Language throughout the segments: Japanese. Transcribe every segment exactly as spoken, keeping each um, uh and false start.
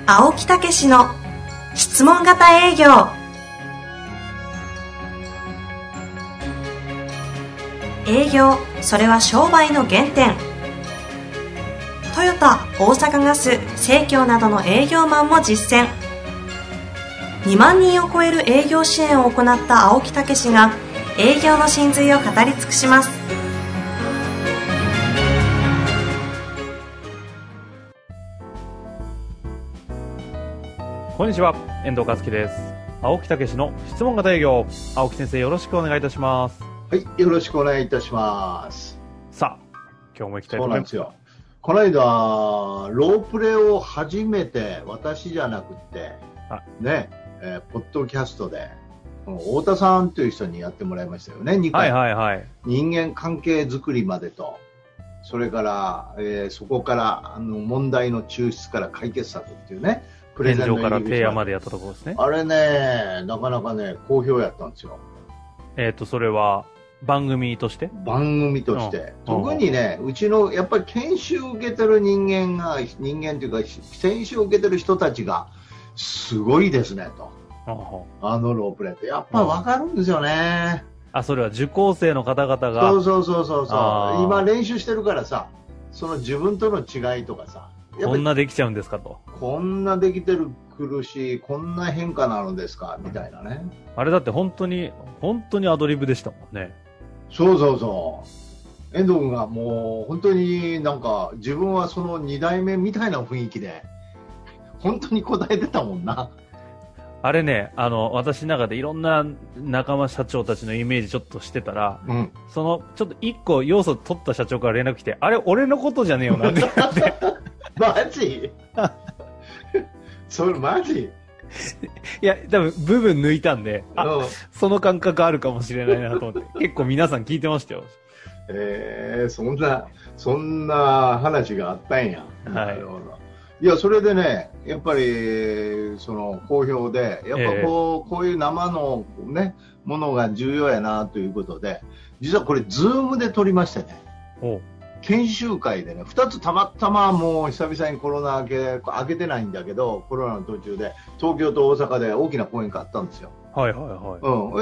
青木武氏の質問型営業。営業、それは商売の原点。トヨタ、大阪ガス、生協などの営業マンも実践。にまんにんを超える営業支援を行った青木武氏が営業の真髄を語り尽くします。 こんにちは、遠藤和樹です。青木武の質問型営業。青木先生、よろしくお願いいたします。 はい、よろしくお願いいたします。 さあ、今日も行きたいと思います。 そうなんですよ。この間ロープレを初めて、私じゃなくてね、えー、ポッドキャストで太田さんという人にやってもらいましたよね。にかい、 はいはいはい、 人間関係づくりまでと、それから、えー、そこからあの問題の抽出から解決策っていうね、 プレゼントから提案までやったところですね。 あれね、なかなかね、好評やったんですよ。 えっと、それは番組として番組として、うん、特にね、うちのやっぱり研修を受けてる人間が、人間というか、研修を受けてる人たちが、すごいですねと。あのロープレって、やっぱ分かるんですよね。 あ、それは受講生の方々が。 そうそうそうそうそう。今練習してるからさ、その自分との違いとかさ。 こんなできちゃうんですかと。 こんなできてる苦しい、こんな変化なのですかみたいなね。 あれだって本当に、本当にアドリブでしたもんね。 そうそうそう。遠藤君がもう本当になんか自分はそのに代目みたいな雰囲気で本当に答えてたもんな。 あれね、あの私の中でいろんな仲間社長たちのイメージちょっとしてたら、うん、そのちょっと一個要素取った社長から連絡来て、あれ俺のことじゃねえよなってマジそれマジいや、多分部分抜いたんで、あ、うん、その感覚あるかもしれないなと思って、結構皆さん聞いてましたよ。 えー、そんな、そんな話があったんや。 はい。 なるほど。いや、それでね、やっぱり、その、好評で、やっぱこう、えー、こういう生のね、ものが重要やなということで、実はこれ、ズームで撮りましてね。 お研修会でね、ふたつたまたまもう久々にコロナ明け、明けてないんだけど、コロナの途中で東京と大阪で大きな講演会あったんですよ。 はいはいはい。 うん。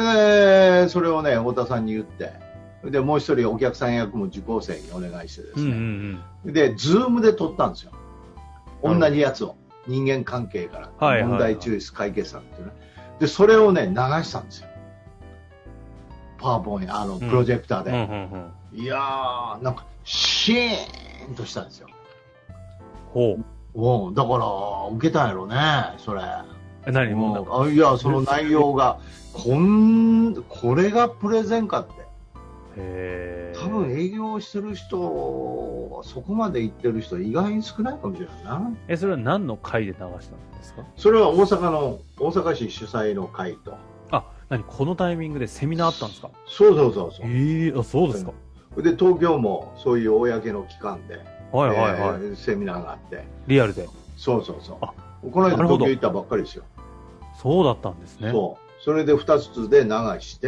で、それをね、太田さんに言って、で、もう一人お客さん役も受講生にお願いしてですね。うんうんうん、で、ズームで撮ったんですよ。同じやつを。人間関係から、はいはいはい、問題抽出解決策っていうね。で、それをね、流したんですよ。パワーポイント、あの、プロジェクターで。うんうんうんうん、いやー、なんか、シーンとしたんですよ。 ほう。だから、受けたんやろね、それ。 え、何もうあ、いや、その内容が、こん、これがプレゼンかって。 へー。 多分営業してる人、そこまで行ってる人、意外に少ないかもしれないな。 え、それは何の会で流したんですか？ それは大阪の、大阪市主催の会と。 あ、何このタイミングでセミナーあったんですか？ そうそうそうそう。 えー、あ、そうですか。 で、東京もそういう公の機関で、 はいはいはい、えー、セミナーがあって。 リアルで。 そうそうそう。あ、この間東京行ったばっかりですよ。 そうだったんですね。 そう。それでふたつで流して、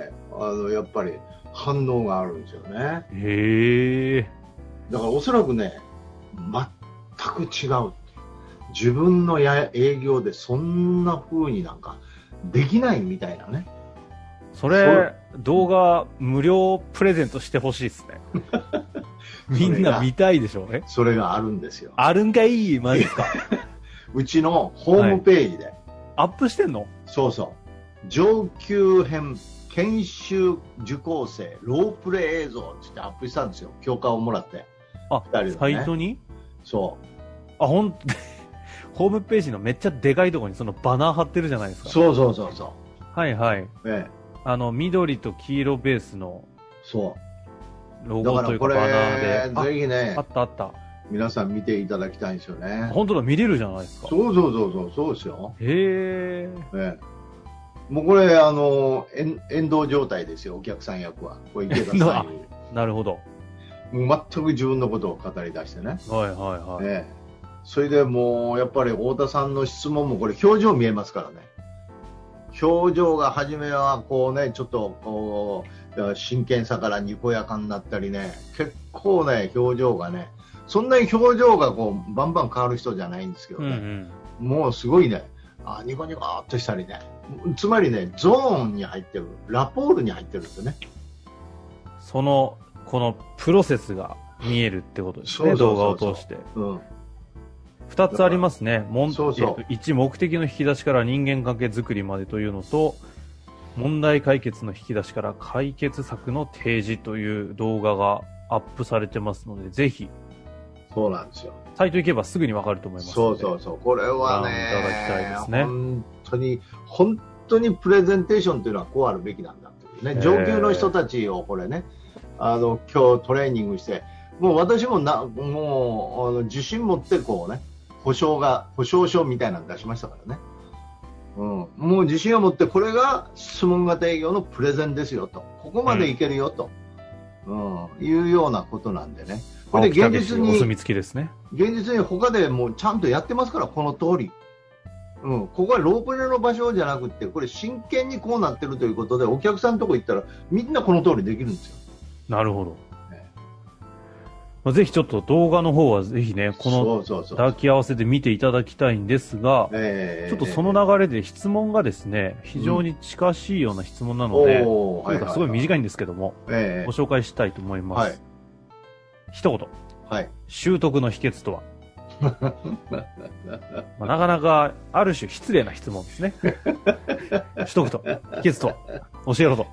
あの、やっぱり反応があるんですよね。 へえ。 だからおそらくね、全く違う。自分のや営業でそんな風になんかできないみたいなね。 それ、動画無料プレゼントしてほしいですね。みんな見たいでしょうね。 それがあるんですよ。 あるんかいマジですか。 うちのホームページで。はい、 アップしてんの？ そうそう。上級編研修受講生ロープレイ映像ってアップしたんですよ。許可をもらって。 あ、ふたりでね、サイトに？ そう。 あ、ほん、ホームページのめっちゃでかいところにそのバナー貼ってるじゃないですか。 そうそうそうそう。 はいはい。 ええ。 あの緑と黄色ベースのそうロゴというかバナーで、ぜひね、 あったあった。 皆さん見ていただきたいんですよね。 本当だ、見れるじゃないですか。 そうそうそうそうそうですよ。 へえ。 ね、もうこれあの遠藤状態ですよ、お客さん役は。これ池田さんなるほど。 もう全く自分のことを語り出してね。 はいはいはい。 ね、それでもうやっぱり太田さんの質問もこれ表情見えますからね。表情が初めはこうね、ちょっとこう真剣さからにこやかになったりね、結構ね表情がね、そんなに表情がこうバンバン変わる人じゃないんですけどね、うんうん、 もうすごいね、あニコニコっとしたりね、つまりね、ゾーンに入ってる、ラポールに入ってるんですよね。 その、このプロセスが見えるってことですね、動画を通して。うん。二つありますね。もんそうそう、えっと、いち、目的の引き出しから人間関係づくりまでというのと、問題解決の引き出しから解決策の提示という動画がアップされてますので、ぜひ。 そうなんですよ。 サイト行けばすぐにわかると思いますので。 そうそうそう。これはね、 いただきたいですね。 本当に、本当にプレゼンテーションというのはこうあるべきなんだというね。上級の人たちをこれね、あの、今日トレーニングして、もう私もな、もう、あの自信持ってこうね、保証が、保証書みたいなの出しましたからね。うん。もう自信を持って、これが質問型営業のプレゼンですよと。ここまでいけるよと。うん。うん、いうようなことなんでね。これで現実に、 お墨付きですね。 現実に他でもうちゃんとやってますから、この通り。うん。ここはロープレの場所じゃなくて、これ真剣にこうなってるということで、お客さんのとこ行ったら、みんなこの通りできるんですよ。 なるほど。まあ、ぜひちょっと動画の方はぜひね、この抱き合わせで見ていただきたいんですが、ちょっとその流れで質問がですね、非常に近しいような質問なので、というかすごい短いんですけども、ご紹介したいと思います。はい、一言、はい、習得の秘訣とはまあ、なかなかある種失礼な質問ですね。一言、秘訣とは教えろと。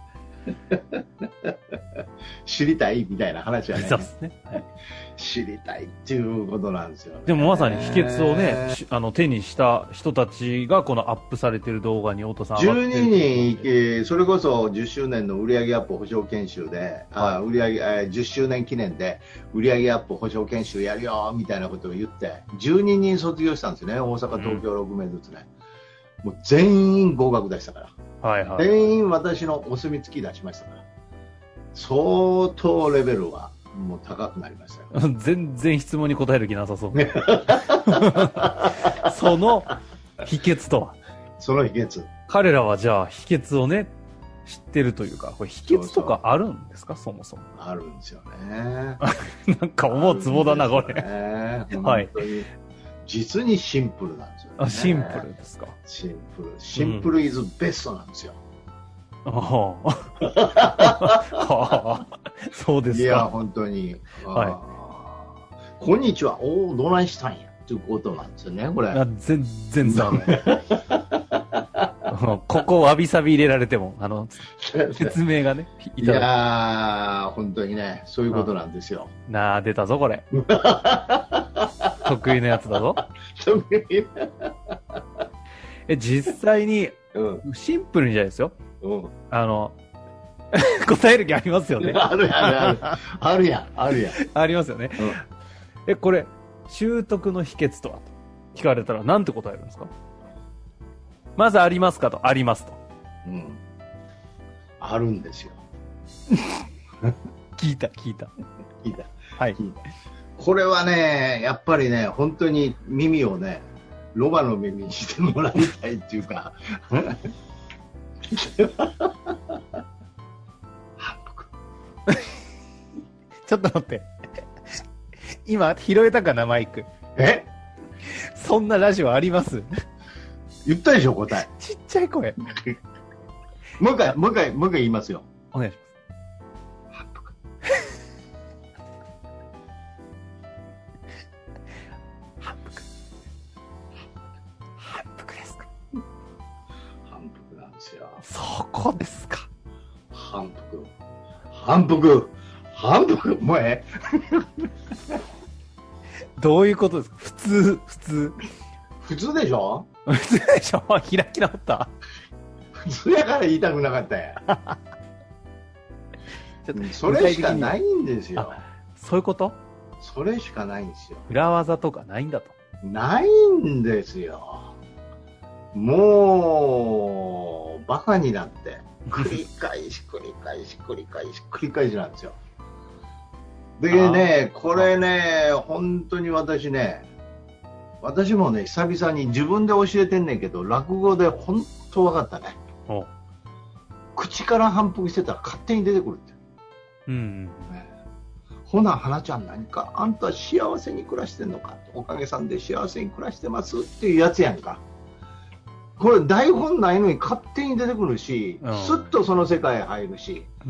知りたいみたいな話はね。 そうですね。はい、 知りたいっていうことなんですよね。 でもまさに秘訣をね、あの手にした人たちがこのアップされている動画に太田さんじゅうににん、えー、それこそじゅっしゅうねんの売上アップ保証研修で、はい、あ売上、えー、じゅっしゅうねん記念で売上アップ保証研修やるよみたいなことを言ってじゅうににん卒業したんですよね。大阪、東京ろくめいずつね。うん、もう全員合格出したから。はいはい、全員私のお墨付き出しましたから。相当レベルはもう高くなりましたよ。 全然質問に答える気なさそう。その秘訣とはその秘訣。 彼らはじゃあ秘訣をね、知ってるというか、これ秘訣とかあるんですか、そもそも。 あるんですよね。 なんか思うツボだな、これ。 はい。実にシンプルなんですよね。 あ、シンプルですか。 シンプル。シンプルイズベストなんですよ。 ああ、そうですか。 いや、本当に。はい。こんにちは。おお、どないしたんや。ということなんですよね、これ。 あ、全然ダメ。ここわびさび入れられても、あの、説明がね、 いただいやー、本当にね、そういうことなんですよ。 なあ、出たぞ、これ。得意なやつだぞ。得意え、実際に、うん、シンプルにじゃないですよ。うん、あの、答える気ありますよね。 あるあるある。あるやん、あるやん。 ありますよね。うん、え、これ、習得の秘訣とはと聞かれたら何て答えるんですか？まずありますかと、ありますと。うん。 あるんですよ。 聞いた、聞いた。 聞いた。 はい。 聞いた。これはね、やっぱりね、本当に耳をね、ロバの耳にしてもらいたいっていうか、 ちょっと待って。今、拾えたかな、マイク。 え？ そんなラジオあります？ 言ったでしょ、答え。 ちっちゃい声。 もう一回、もう一回、もう一回言いますよ。 お願いします。反復。反復ですか？ 反復なんですよ。 そこですか。 反復。反復。反復。もうえどういうことですか？普通、普通。 普通でしょ？ 普通でしょ？開き直った。 普通やから言いたくなかったや。ちょっとそれしかないんですよ。 そういうこと？ それしかないんですよ。 裏技とかないんだと。 ないんですよ。もう、バカになって、繰り返し繰り返し繰り返し繰り返しなんですよ。でね、これね、本当に私ね、私もね、久々に自分で教えてんねんけど、落語で本当分かったね。口から反復してたら勝手に出てくるって。うん、ね、 ほな花ちゃん何かあんた幸せに暮らしてんのか、おかげさんで幸せに暮らしてますっていうやつやんか。これ台本ないのに勝手に出てくるし、うん、スッとその世界へ入るし、うん、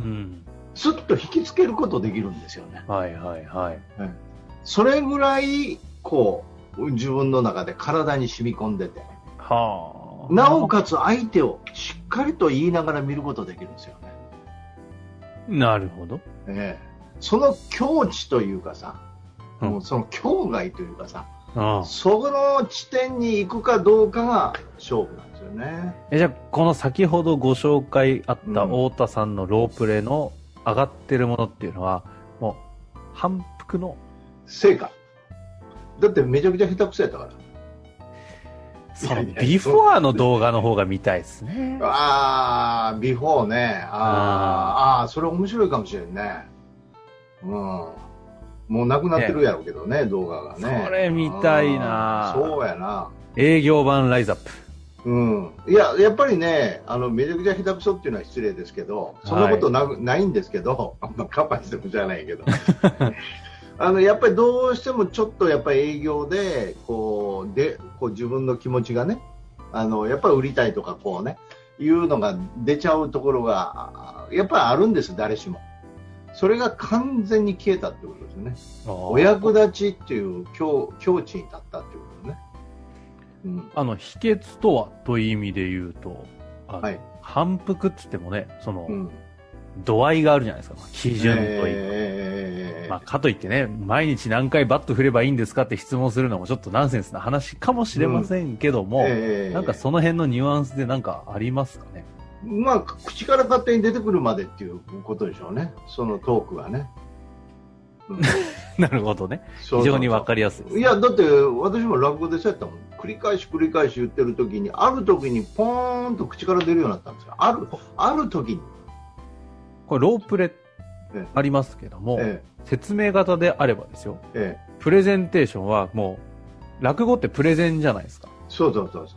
スッと引きつけることできるんですよね。 はいはいはい。 うん、それぐらいこう自分の中で体に染み込んでて、はあ、なおかつ相手をしっかりと言いながら見ることできるんですよね。 なるほど。 ええ、その境地というかさ、うん、もうその境外というかさ、ああ、その地点に行くかどうかが勝負なんですよね。 え、じゃあこの先ほどご紹介あった太田さんのロープレの上がってるものっていうのは、うん、もう反復の成果だってめちゃくちゃ下手くそやったから。 そのビフォーの動画の方が見たいですね。 ああ、ビフォーね。ああ、それ面白いかもしれんね。うん。もうなくなってるやろうけどね、ね、動画がね。 それ見たいな。 そうやな。 営業版ライズアップ。うん。いや、やっぱりね、あの、めちゃくちゃ下手くそっていうのは失礼ですけど、そんなことな、はい、ないんですけど、あんまカッパにしてもじゃないけど。あのやっぱりどうしてもちょっとやっぱり営業でこうでこう自分の気持ちがね、あのやっぱり売りたいとかこうねいうのが出ちゃうところがやっぱりあるんです、誰しも。それが完全に消えたってことですよね。お役立ちっていう境境地に立ったっていうことね。 うん、あの秘訣とはという意味で言うと、あの、はい、反復って言ってもね、その、うん、度合いがあるじゃないですか。基準というか。えー、まあ、かといってね、毎日何回バット振ればいいんですかって質問するのもちょっとナンセンスな話かもしれませんけども、うんえー、なんかその辺のニュアンスでなんかありますかね。 まあ、口から勝手に出てくるまでっていうことでしょうね。そのトークがね。 うん、なるほどね。非常にわかりやすいです、ね。 いや、だって私も落語でそうやったもん。繰り返し繰り返し言ってる時に、ある時にポーンと口から出るようになったんですよ。ある、ある時に。 これロープレありますけども、ええ、説明型であればですよ、ええ、プレゼンテーションはもう落語ってプレゼンじゃないですか。 そうそうそうそう。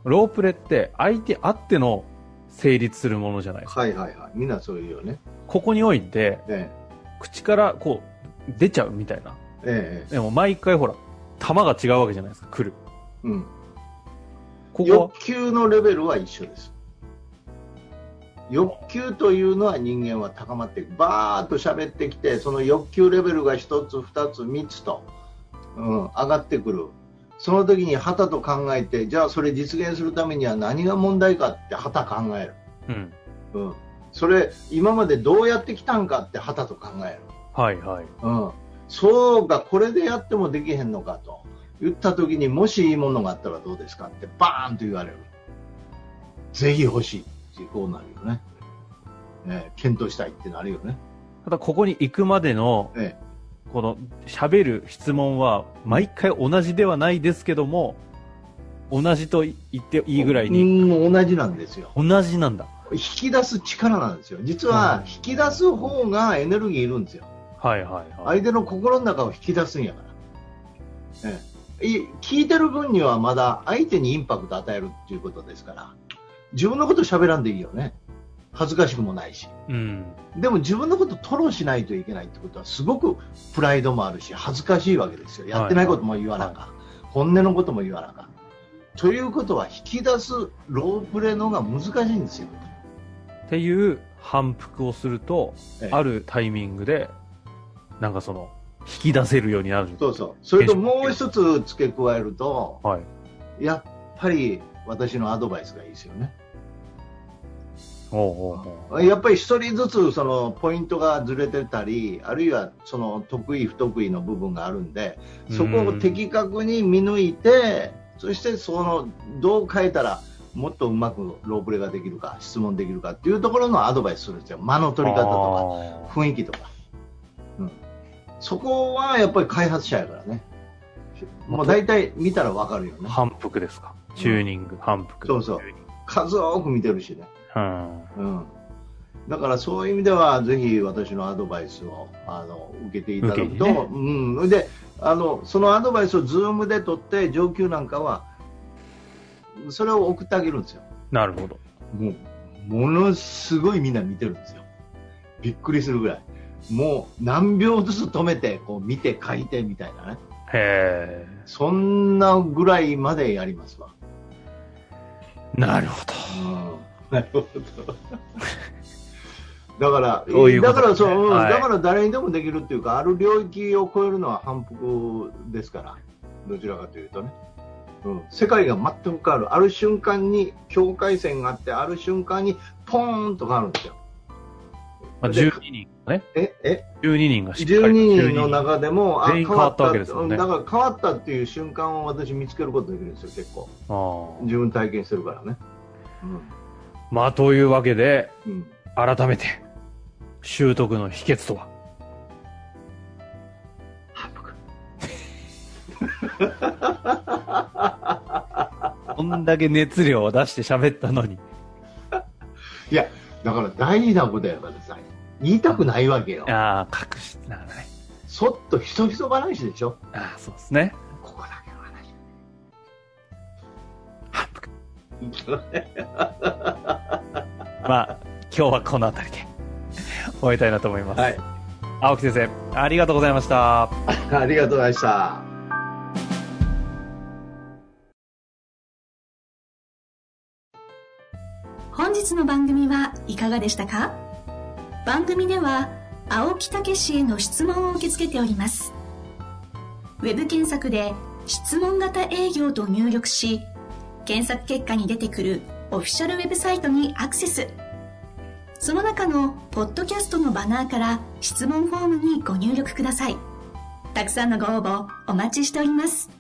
ロープレって相手あっての成立するものじゃないですか。 はいはいはい。みんなそういうよね。 ここにおいて、ええ、口からこう出ちゃうみたいな。ええ、でも毎回ほら球が違うわけじゃないですか。来る。うん。 ここ欲求のレベルは一緒です。欲求というのは人間は高まっていく。バーッと喋ってきて、その欲求レベルがひとつ、ふたつ、みっつと、うん、上がってくる。その時にはたと考えて、じゃあそれ実現するためには何が問題かってはた考える。うん。うん。それ、今までどうやってきたんかってはたと考える。 はいはい。 うん。そうか、これでやってもできへんのかと言った時に、もしいいものがあったらどうですかってバーンと言われる。ぜひ欲しい。こうなるよね、えー、検討したいってなるよね。 ただここに行くまでの、ええ、この喋る質問は毎回同じではないですけども、同じと言っていいぐらいに、 うん、同じなんですよ。 同じなんだ。 引き出す力なんですよ。実は引き出す方がエネルギーいるんですよ。 はいはいはい。 相手の心の中を引き出すんやから、ええ、聞いてる分にはまだ相手にインパクト与えるっていうことですから、自分のこと喋らんでいいよね。恥ずかしくもないし、うん、でも自分のことを吐露しないといけないってことはすごくプライドもあるし恥ずかしいわけですよ。やってないことも言わなか、はいはい、本音のことも言わなかということは引き出すロープレのが難しいんですよ。 っていう反復をすると、ええ、あるタイミングでなんかその引き出せるようになる。 そうそう。それともう一つ付け加えると、はい、やっぱり私のアドバイスがいいですよね。おうおうおう。やっぱり一人ずつそのポイントがずれてたり、あるいはその得意不得意の部分があるんで、そこを的確に見抜いて、そしてそのどう変えたらもっとうまくロープレができるか、質問できるかっていうところのアドバイスするんですよ。間の取り方とか雰囲気とか、うん、そこはやっぱり開発者やからね。もう大体見たら分かるよね。 反復ですか。チューニング、うん、反復。 そうそう。数多く見てるしね。うんうん、だからそういう意味ではぜひ私のアドバイスをあの受けていただくと、ね、うん、であのそのアドバイスをズームで取って上級なんかはそれを送ってあげるんですよ。 なるほど。 もうものすごいみんな見てるんですよ。びっくりするぐらい。 もう何秒ずつ止めてこう見て書いてみたいなね。 へー。 そんなぐらいまでやりますわ。 なるほど。 うん、なるほど。だからういうだからそう、 はい、 だから誰にでもできるっていうか、ある領域を超えるのは反復ですから、どちらかというとね、うん、世界が全く変わる。ある瞬間に境界線があって、ある瞬間にポーンと変わるんですよ。 まあ、じゅうににんね。 ええじゅうににんがしっかりじゅうににんの中でも、 全員変わったわけですよね。 だから変わったっていう瞬間を私見つけることができるんですよ、結構。あ、自分体験してるからね。 うん、まあ、というわけで、うん、改めて、習得の秘訣とは反復。 こんだけ熱量を出して喋ったのに。 いや、だから大事なことやからさ、言いたくないわけよ。 ああ、隠してながらね。 そっとひそひそ話でしょ。 ああ、そうですね。 ここだけの話。 反復。まあ、今日はこの辺りで終えたいなと思います。はい。青木先生、ありがとうございました。 ありがとうございました。 本日の番組はいかがでしたか？番組では青木武氏への質問を受け付けております。ウェブ検索で質問型営業と入力し、検索結果に出てくるオフィシャルウェブサイトにアクセス。その中のポッドキャストのバナーから質問フォームにご入力ください。たくさんのご応募お待ちしております。